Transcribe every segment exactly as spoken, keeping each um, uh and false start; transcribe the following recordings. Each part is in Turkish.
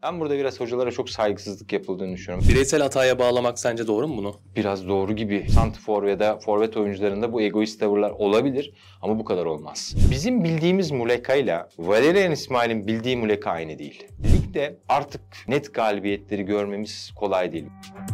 Ben burada biraz hocalara çok saygısızlık yapıldığını düşünüyorum. Bireysel hataya bağlamak sence doğru mu bunu? Biraz doğru gibi. Santrfor ya da forvet oyuncularında bu egoist tavırlar olabilir ama bu kadar olmaz. Bizim bildiğimiz Muleka ile Valerian İsmail'in bildiği Muleka aynı değil. Ligde artık net galibiyetleri görmemiz kolay değil.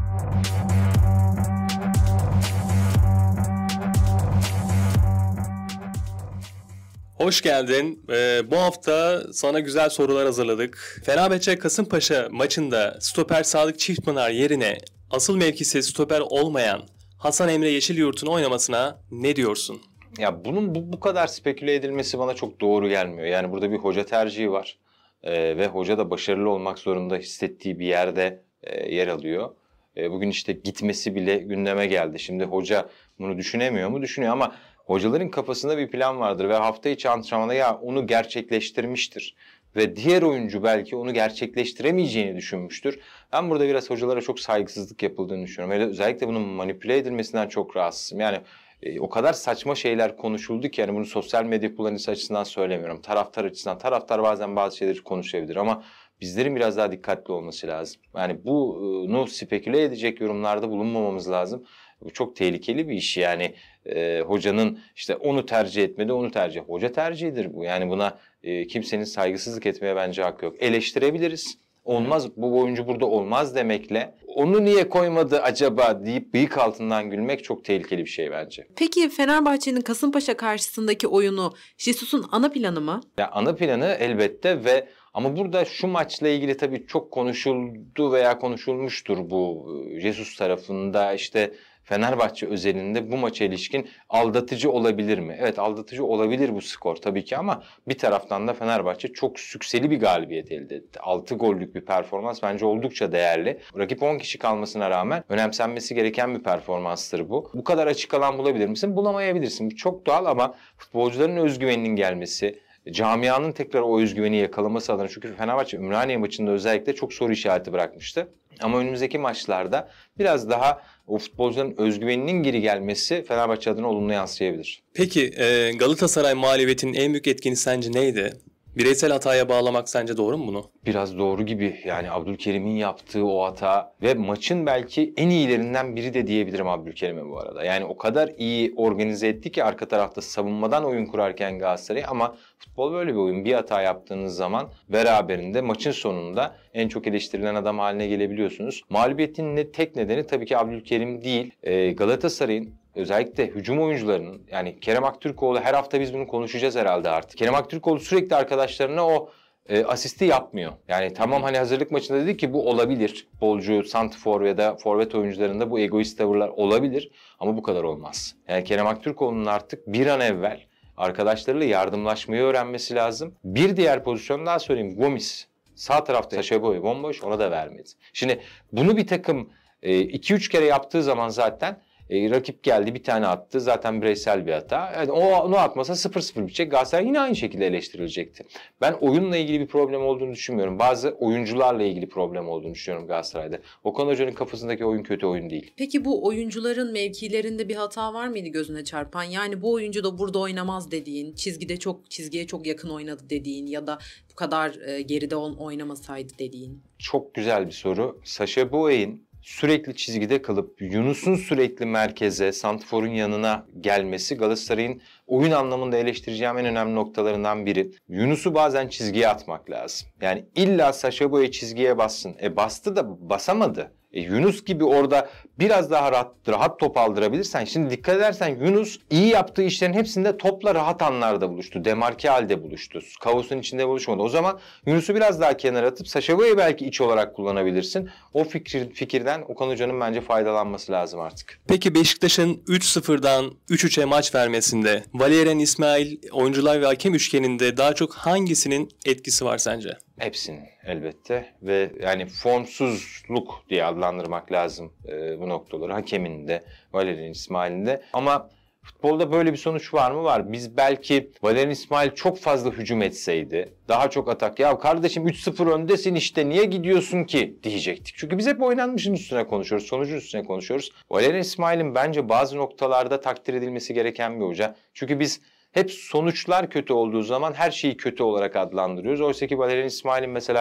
Hoş geldin. Ee, bu hafta sana güzel sorular hazırladık. Fenerbahçe Kasımpaşa maçında stoper Sadık Çiftpınar yerine asıl mevkisi stoper olmayan Hasan Emre Yeşilyurt'un oynamasına ne diyorsun? Ya bunun bu, bu kadar speküle edilmesi bana çok doğru gelmiyor. Yani burada bir hoca tercihi var ee, ve hoca da başarılı olmak zorunda hissettiği bir yerde e, yer alıyor. E, bugün işte gitmesi bile gündeme geldi. Şimdi hoca bunu düşünemiyor mu? Düşünüyor ama hocaların kafasında bir plan vardır ve hafta içi antrenmanda ya onu gerçekleştirmiştir. Ve diğer oyuncu belki onu gerçekleştiremeyeceğini düşünmüştür. Ben burada biraz hocalara çok saygısızlık yapıldığını düşünüyorum. Ve özellikle bunun manipüle edilmesinden çok rahatsızım. Yani e, o kadar saçma şeyler konuşuldu ki yani bunu sosyal medya kullanıcısı açısından söylemiyorum. Taraftar açısından. Taraftar bazen bazı şeyleri konuşabilir ama bizlerin biraz daha dikkatli olması lazım. Yani bunu speküle edecek yorumlarda bulunmamamız lazım. Bu çok tehlikeli bir iş yani e, hocanın işte onu tercih etmedi onu tercih. Hoca tercihidir bu yani buna e, kimsenin saygısızlık etmeye bence hakkı yok. Eleştirebiliriz. Olmaz bu oyuncu burada olmaz demekle onu niye koymadı acaba deyip bıyık altından gülmek çok tehlikeli bir şey bence. Peki Fenerbahçe'nin Kasımpaşa karşısındaki oyunu Jesus'un ana planı mı? Ya ana planı elbette ve ama burada şu maçla ilgili tabii çok konuşuldu veya konuşulmuştur bu Jesus tarafında işte Fenerbahçe özelinde bu maça ilişkin aldatıcı olabilir mi? Evet aldatıcı olabilir bu skor tabii ki ama bir taraftan da Fenerbahçe çok sükseli bir galibiyet elde etti. altı gollük bir performans bence oldukça değerli. Rakip on kişi kalmasına rağmen önemsenmesi gereken bir performanstır bu. Bu kadar açık alan bulabilir misin? Bulamayabilirsin. Bu çok doğal ama futbolcuların özgüveninin gelmesi, camianın tekrar o özgüveni yakalaması adına çünkü Fenerbahçe Ümraniye maçında özellikle çok soru işareti bırakmıştı. Ama önümüzdeki maçlarda biraz daha o futbolcuların özgüveninin geri gelmesi Fenerbahçe adına olumlu yansıyabilir. Peki Galatasaray mağlubiyetinin en büyük etkeni sence neydi? Bireysel hataya bağlamak sence doğru mu bunu? Biraz doğru gibi yani Abdülkerim'in yaptığı o hata ve maçın belki en iyilerinden biri de diyebilirim Abdülkerim'e bu arada. Yani o kadar iyi organize etti ki arka tarafta savunmadan oyun kurarken Galatasaray ama futbol böyle bir oyun. Bir hata yaptığınız zaman beraberinde maçın sonunda en çok eleştirilen adam haline gelebiliyorsunuz. Mağlubiyetin ne, tek nedeni tabii ki Abdülkerim değil. Ee, Galatasaray'ın özellikle hücum oyuncularının yani Kerem Aktürkoğlu her hafta biz bunu konuşacağız herhalde artık. Kerem Aktürkoğlu sürekli arkadaşlarına o e, asisti yapmıyor. Yani tamam hani hazırlık maçında dedi ki bu olabilir. Futbolcu, santrfor ya da forvet oyuncularında bu egoist tavırlar olabilir ama bu kadar olmaz. Yani Kerem Aktürkoğlu'nun artık bir an evvel arkadaşlarıyla yardımlaşmayı öğrenmesi lazım. Bir diğer pozisyon daha söyleyeyim. Gomis sağ tarafta Sacha Boey bomboş ona da vermedi. Şimdi bunu bir takım iki üç kere yaptığı zaman zaten E, rakip geldi bir tane attı. Zaten bireysel bir hata. Yani o onu atmasa sıfır sıfır bitecek. Galatasaray yine aynı şekilde eleştirilecekti. Ben oyunla ilgili bir problem olduğunu düşünmüyorum. Bazı oyuncularla ilgili problem olduğunu düşünüyorum Galatasaray'da. Okan Hoca'nın kafasındaki oyun kötü oyun değil. Peki bu oyuncuların mevkilerinde bir hata var mıydı gözüne çarpan? Yani bu oyuncu da burada oynamaz dediğin, çizgide çok çizgiye çok yakın oynadı dediğin ya da bu kadar e, geride oynamasaydı dediğin? Çok güzel bir soru. Sacha Boey'in sürekli çizgide kalıp Yunus'un sürekli merkeze, santrforun yanına gelmesi Galatasaray'ın oyun anlamında eleştireceğim en önemli noktalarından biri. Yunus'u bazen çizgiye atmak lazım. Yani illa Sacha Boey çizgiye bassın. E bastı da basamadı. E Yunus gibi orada biraz daha rahat, rahat top aldırabilirsen. Şimdi dikkat edersen Yunus iyi yaptığı işlerin hepsinde topla rahat anlarda buluştu. Demarke halde buluştu. Kaosun içinde buluşmadı. O zaman Yunus'u biraz daha kenara atıp Sacha Boey'i belki iç olarak kullanabilirsin. O fikir, fikirden Okan Hoca'nın bence faydalanması lazım artık. Peki Beşiktaş'ın üç sıfırdan üç üçe maç vermesinde Valerian İsmail oyuncular ve hakem üçgeninde daha çok hangisinin etkisi var sence? Hepsinin elbette ve yani formsuzluk diye adlandırmak lazım e, bu noktaları. Hakemin de, Valerian İsmail'in de. Ama futbolda böyle bir sonuç var mı? Var. Biz belki Valerian İsmail çok fazla hücum etseydi, daha çok atak, ya kardeşim üç sıfır öndesin işte niye gidiyorsun ki diyecektik. Çünkü biz hep oynanmışın üstüne konuşuyoruz, sonucun üstüne konuşuyoruz. Valerian İsmail'in bence bazı noktalarda takdir edilmesi gereken bir hoca. Çünkü biz hep sonuçlar kötü olduğu zaman her şeyi kötü olarak adlandırıyoruz. Oysa ki Valerian İsmail'in mesela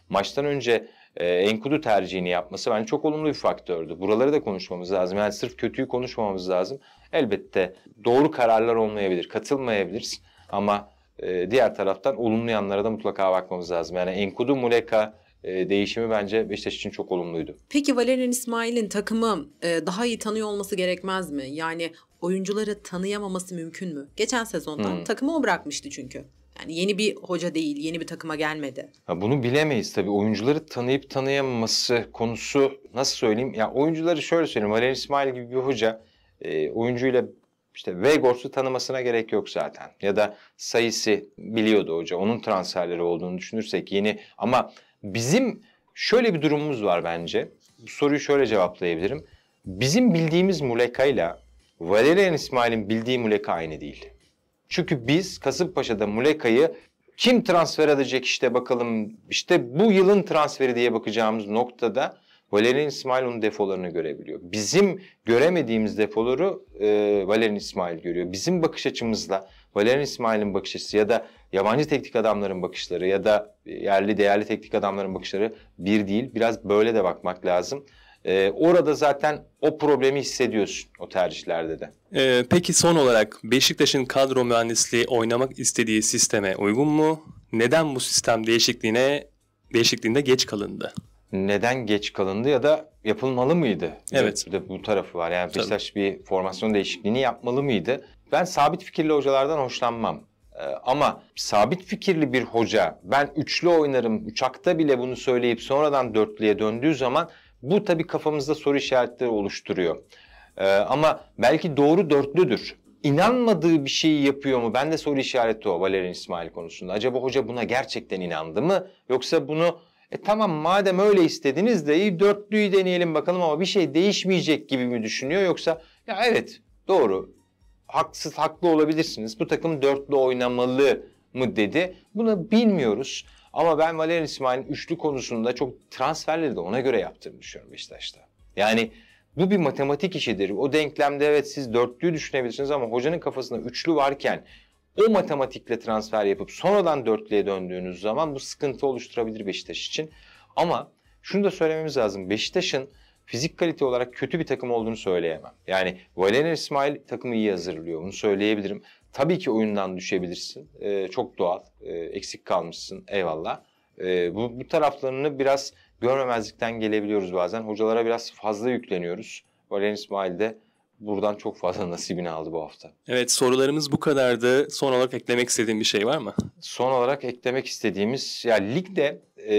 maçtan önce e, Enkudu tercihini yapması bence çok olumlu bir faktördü. Buraları da konuşmamız lazım. Yani sırf kötüyü konuşmamamız lazım. Elbette doğru kararlar olmayabilir, katılmayabiliriz. Ama e, diğer taraftan olumlu yanlara da mutlaka bakmamız lazım. Yani Enkudu Muleka e, değişimi bence Beşiktaş için çok olumluydu. Peki Valerian İsmail'in takımı e, daha iyi tanıyor olması gerekmez mi? Yani oyuncuları tanıyamaması mümkün mü? Geçen sezondan hmm. takımı o bırakmıştı çünkü. Yani yeni bir hoca değil, yeni bir takıma gelmedi. Ha, bunu bilemeyiz tabii. Oyuncuları tanıyıp tanıyamaması konusu nasıl söyleyeyim? Ya oyuncuları şöyle söyleyeyim. Valerian İsmail gibi bir hoca e, oyuncuyla işte Vegors'u tanımasına gerek yok zaten. Ya da Sayıs'ı biliyordu hoca. Onun transferleri olduğunu düşünürsek yeni. Ama bizim şöyle bir durumumuz var bence. Bu soruyu şöyle cevaplayabilirim. Bizim bildiğimiz Muleka'yla Valerian İsmail'in bildiği Muleka aynı değil. Çünkü biz Kasımpaşa'da Muleka'yı kim transfer edecek işte bakalım işte bu yılın transferi diye bakacağımız noktada Valerian İsmail onun defolarını görebiliyor. Bizim göremediğimiz defoları e, Valerian İsmail görüyor. Bizim bakış açımızla Valerian İsmail'in bakış açısı ya da yabancı teknik adamların bakışları ya da yerli değerli teknik adamların bakışları bir değil. Biraz böyle de bakmak lazım. Ee, orada zaten o problemi hissediyorsun o tercihlerde de. Ee, peki son olarak Beşiktaş'ın kadro mühendisliği oynamak istediği sisteme uygun mu? Neden bu sistem değişikliğine değişikliğinde geç kalındı? Neden geç kalındı ya da yapılmalı mıydı? Evet. Bir de bu tarafı var. Yani Beşiktaş bir formasyon değişikliğini yapmalı mıydı? Ben sabit fikirli hocalardan hoşlanmam. Ee, ama sabit fikirli bir hoca ben üçlü oynarım, uçakta bile bunu söyleyip sonradan dörtlüye döndüğü zaman bu tabii kafamızda soru işaretleri oluşturuyor. Ee, ama belki doğru dörtlüdür. İnanmadığı bir şeyi yapıyor mu? Ben de soru işareti o Valerian İsmail konusunda. Acaba hoca buna gerçekten inandı mı? Yoksa bunu e tamam madem öyle istediniz de iyi dörtlüyü deneyelim bakalım ama bir şey değişmeyecek gibi mi düşünüyor? Yoksa ya evet doğru haksız haklı olabilirsiniz. Bu takım dörtlü oynamalı mı dedi. Bunu bilmiyoruz. Ama ben Valerian İsmail'in üçlü konusunda çok transferleri de ona göre yaptığını düşünüyorum Beşiktaş'ta. Yani bu bir matematik işidir. O denklemde evet siz dörtlüyü düşünebilirsiniz ama hocanın kafasında üçlü varken o matematikle transfer yapıp sonradan dörtlüye döndüğünüz zaman bu sıkıntı oluşturabilir Beşiktaş için. Ama şunu da söylememiz lazım. Beşiktaş'ın fizik kalite olarak kötü bir takım olduğunu söyleyemem. Yani Valerian İsmail takımı iyi hazırlıyor. Bunu söyleyebilirim. Tabii ki oyundan düşebilirsin. Ee, çok doğal. Ee, eksik kalmışsın. Eyvallah. Ee, bu, bu taraflarını biraz görmemezlikten gelebiliyoruz bazen. Hocalara biraz fazla yükleniyoruz. Valerian İsmail de buradan çok fazla nasibini aldı bu hafta. Evet, sorularımız bu kadardı. Son olarak eklemek istediğin bir şey var mı? Son olarak eklemek istediğimiz, ya ligde e,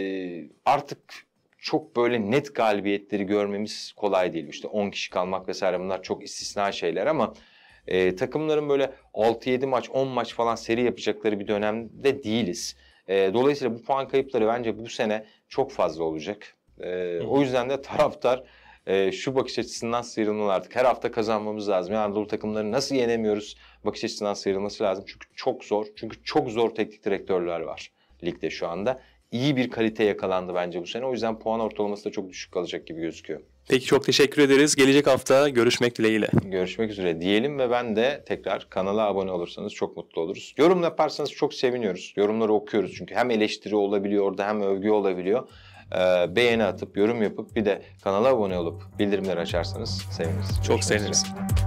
artık çok böyle net galibiyetleri görmemiz kolay değil. İşte on kişi kalmak vesaire bunlar çok istisna şeyler ama e, takımların böyle altı yedi maç, on maç falan seri yapacakları bir dönemde değiliz. E, dolayısıyla bu puan kayıpları bence bu sene çok fazla olacak. E, o yüzden de taraftar e, şu bakış açısından sıyrılmalı artık. Her hafta kazanmamız lazım. Yani Anadolu takımları nasıl yenemiyoruz bakış açısından sıyrılması lazım. Çünkü çok zor. Çünkü çok zor teknik direktörler var ligde şu anda. İyi bir kalite yakalandı bence bu sene. O yüzden puan ortalaması da çok düşük kalacak gibi gözüküyor. Peki çok teşekkür ederiz. Gelecek hafta görüşmek dileğiyle. Görüşmek üzere diyelim ve ben de tekrar kanala abone olursanız çok mutlu oluruz. Yorum yaparsanız çok seviniyoruz. Yorumları okuyoruz çünkü hem eleştiri olabiliyor orada hem övgü olabiliyor. Ee, beğeni atıp yorum yapıp bir de kanala abone olup bildirimleri açarsanız seviniriz. Çok seviniriz.